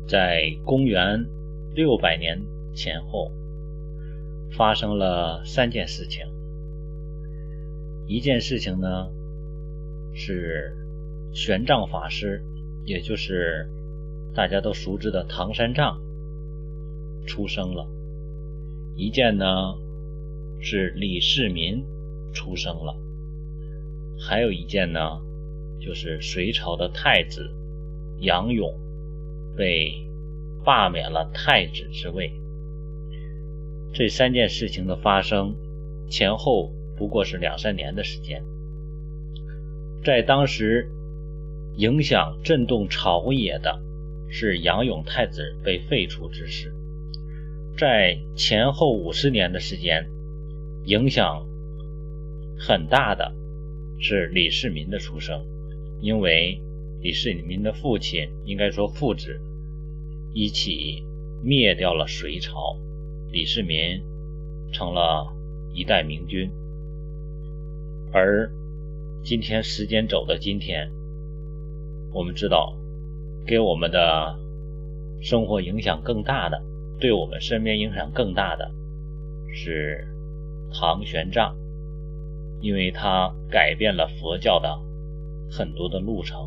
在公元600年前后发生了3件事情。一件事情呢是玄奘法师，也就是大家都熟知的唐三藏出生了。一件呢是李世民出生了。还有一件呢就是隋朝的太子杨勇被罢免了太子之位。这3件事情的发生前后不过是2-3年的时间。在当时影响震动朝野的是杨勇太子被废除之事。在前后50年的时间，影响很大的是李世民的出生，因为李世民的父亲，应该说父子一起灭掉了隋朝，李世民成了一代明君。而今天时间走到今天，我们知道给我们的生活影响更大的，对我们身边影响更大的是唐玄奘，因为他改变了佛教的很多的路程。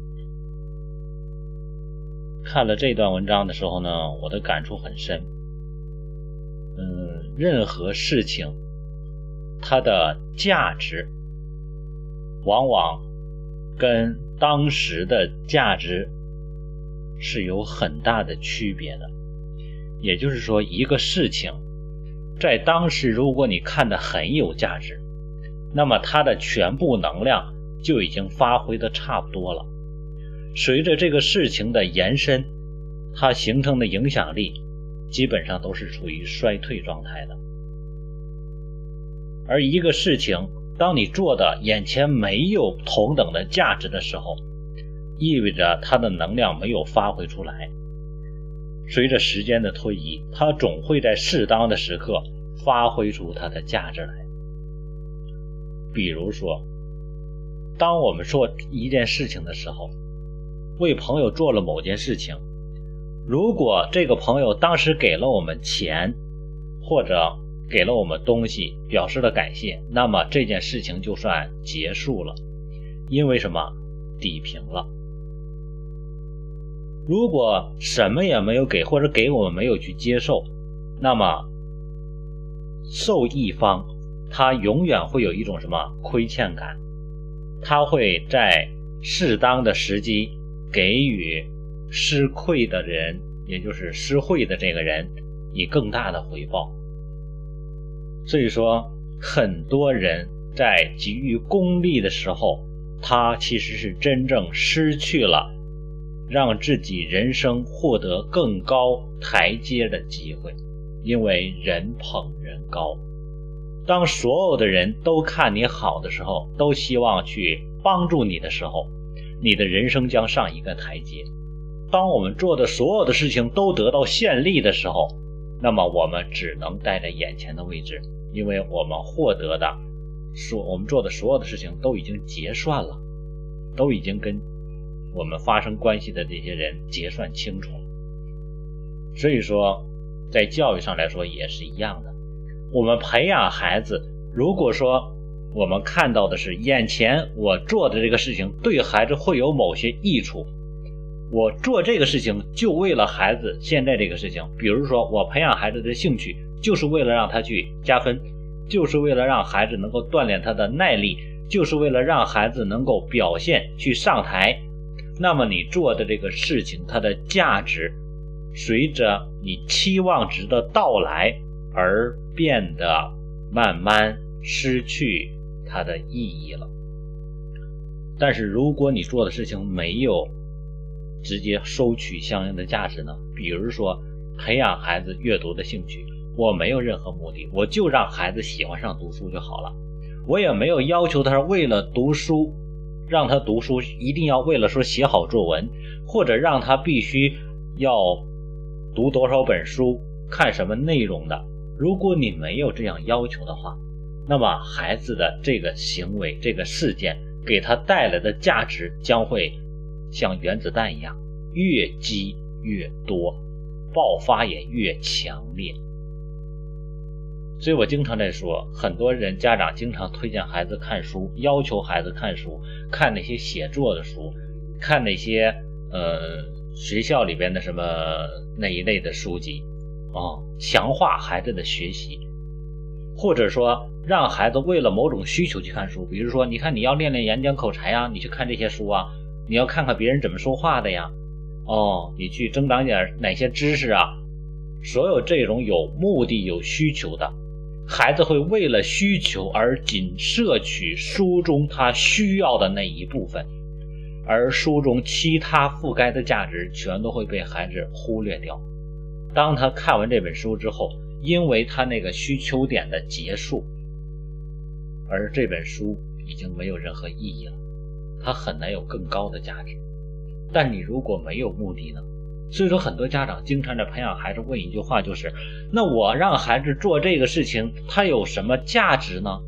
看了这段文章的时候呢，我的感触很深。任何事情它的价值往往跟当时的价值是有很大的区别的。也就是说，一个事情在当时如果你看得很有价值，那么它的全部能量就已经发挥得差不多了。随着这个事情的延伸，它形成的影响力基本上都是处于衰退状态的。而一个事情当你做的眼前没有同等的价值的时候，意味着它的能量没有发挥出来。随着时间的推移，它总会在适当的时刻发挥出它的价值来。比如说，当我们做一件事情的时候，为朋友做了某件事情，如果这个朋友当时给了我们钱，或者给了我们东西，表示了感谢，那么这件事情就算结束了。因为什么？抵平了。如果什么也没有给，或者给我们没有去接受，那么受益方他永远会有一种什么亏欠感，他会在适当的时机给予施馈的人，也就是施惠的这个人以更大的回报。所以说，很多人在给予功利的时候，他其实是真正失去了让自己人生获得更高台阶的机会。因为人捧人高，当所有的人都看你好的时候，都希望去帮助你的时候，你的人生将上一个台阶。当我们做的所有的事情都得到现利的时候，那么我们只能待在眼前的位置，因为我们获得的我们做的所有的事情都已经结算了，都已经跟我们发生关系的这些人结算清楚了。所以说在教育上来说也是一样的，我们培养孩子，如果说我们看到的是眼前我做的这个事情对孩子会有某些益处，我做这个事情就为了孩子现在这个事情，比如说我培养孩子的兴趣就是为了让他去加分，就是为了让孩子能够锻炼他的耐力，就是为了让孩子能够表现去上台，那么你做的这个事情它的价值随着你期望值的到来而变得慢慢失去它的意义了。但是如果你做的事情没有直接收取相应的价值呢，比如说培养孩子阅读的兴趣，我没有任何目的，我就让孩子喜欢上读书就好了，我也没有要求他为了读书让他读书一定要为了说写好作文，或者让他必须要读多少本书，看什么内容的。如果你没有这样要求的话，那么孩子的这个行为这个事件给他带来的价值将会像原子弹一样越积越多，爆发也越强烈。所以我经常在说，很多人家长经常推荐孩子看书，要求孩子看书，看那些写作的书，看那些学校里边的什么那一类的书籍强化孩子的学习，或者说让孩子为了某种需求去看书。比如说你看你要练练演讲口才呀，你去看这些书啊，你要看看别人怎么说话的呀，你去增长点哪些知识啊。所有这种有目的有需求的，孩子会为了需求而仅摄取书中他需要的那一部分，而书中其他覆盖的价值全都会被孩子忽略掉。当他看完这本书之后，因为他那个需求点的结束，而这本书已经没有任何意义了，它很难有更高的价值。但你如果没有目的呢？所以说很多家长经常在培养孩子问一句话，就是那我让孩子做这个事情，它有什么价值呢？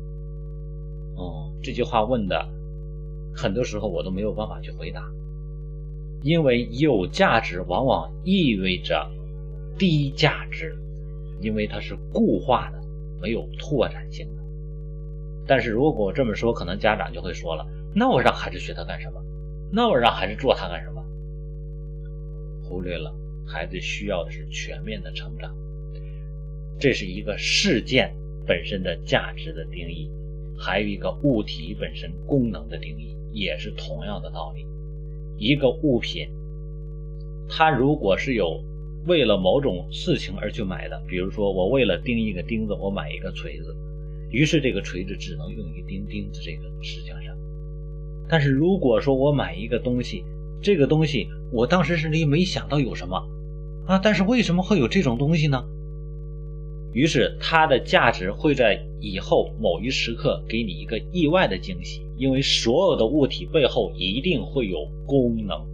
这句话问的很多时候我都没有办法去回答，因为有价值往往意味着低价值，因为它是固化的，没有拓展性的。但是如果我这么说，可能家长就会说了，那我让孩子学它干什么？那我让孩子做它干什么？忽略了孩子需要的是全面的成长。这是一个事件本身的价值的定义，还有一个物体本身功能的定义，也是同样的道理。一个物品它如果是有为了某种事情而去买的，比如说我为了钉一个钉子，我买一个锤子，于是这个锤子只能用于钉钉子这个事情上。但是如果说我买一个东西，这个东西我当时是没想到有什么但是为什么会有这种东西呢？于是它的价值会在以后某一时刻给你一个意外的惊喜，因为所有的物体背后一定会有功能。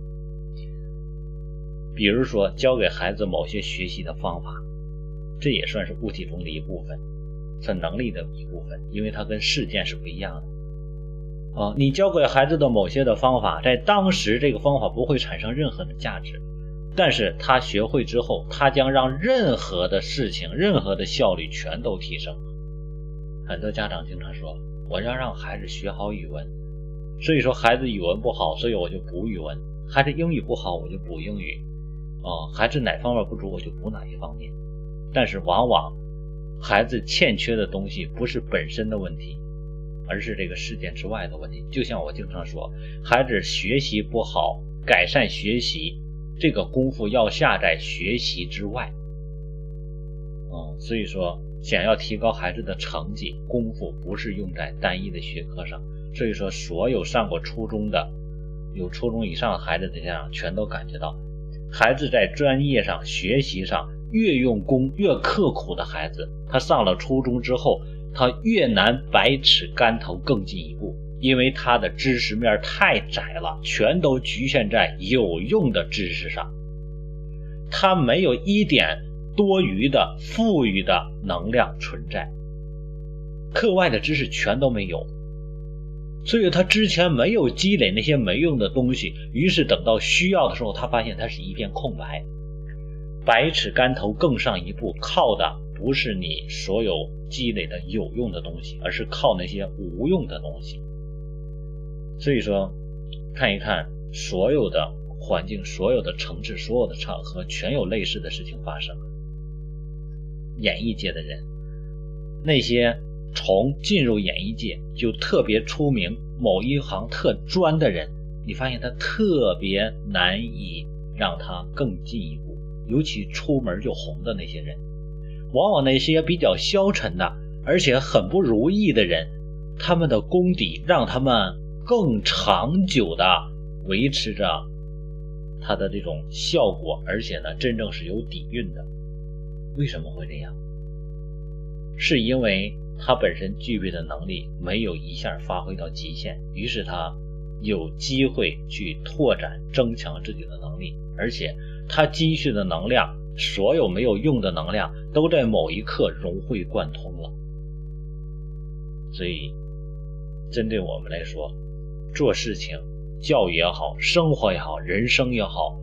比如说教给孩子某些学习的方法，这也算是物体中的一部分，算能力的一部分，因为它跟事件是不一样的。你教给孩子的某些的方法，在当时这个方法不会产生任何的价值，但是他学会之后，他将让任何的事情任何的效率全都提升。很多家长经常说，我要让孩子学好语文，所以说孩子语文不好，所以我就补语文，孩子英语不好，我就补英语孩子哪方面不足，我就补哪一方面。但是往往孩子欠缺的东西不是本身的问题，而是这个事件之外的问题。就像我经常说，孩子学习不好，改善学习这个功夫要下在学习之外所以说想要提高孩子的成绩，功夫不是用在单一的学科上。所以说所有上过初中的有初中以上的孩子的家长全都感觉到，孩子在专业上学习上越用功越刻苦的孩子，他上了初中之后，他越难百尺竿头更进一步，因为他的知识面太窄了，全都局限在有用的知识上，他没有一点多余的富裕的能量存在，课外的知识全都没有，所以他之前没有积累那些没用的东西，于是等到需要的时候，他发现他是一片空白。百尺竿头更上一步，靠的不是你所有积累的有用的东西，而是靠那些无用的东西。所以说看一看所有的环境，所有的城市，所有的场合全有类似的事情发生。演艺界的人，那些从进入演艺界就特别出名，某一行特专的人，你发现他特别难以让他更进一步，尤其出门就红的那些人，往往那些比较消沉的而且很不如意的人，他们的功底让他们更长久的维持着他的这种效果，而且呢真正是有底蕴的。为什么会这样？是因为他本身具备的能力没有一下发挥到极限，于是他有机会去拓展增强自己的能力，而且他积蓄的能量，所有没有用的能量都在某一刻融会贯通了。所以针对我们来说，做事情，教育也好，生活也好，人生也好，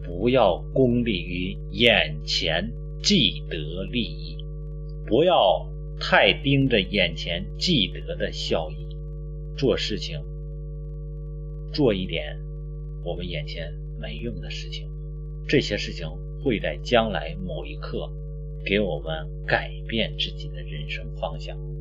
不要功利于眼前既得利益，不要太盯着眼前既得的效益，做事情做一点我们眼前没用的事情，这些事情会在将来某一刻给我们改变自己的人生方向。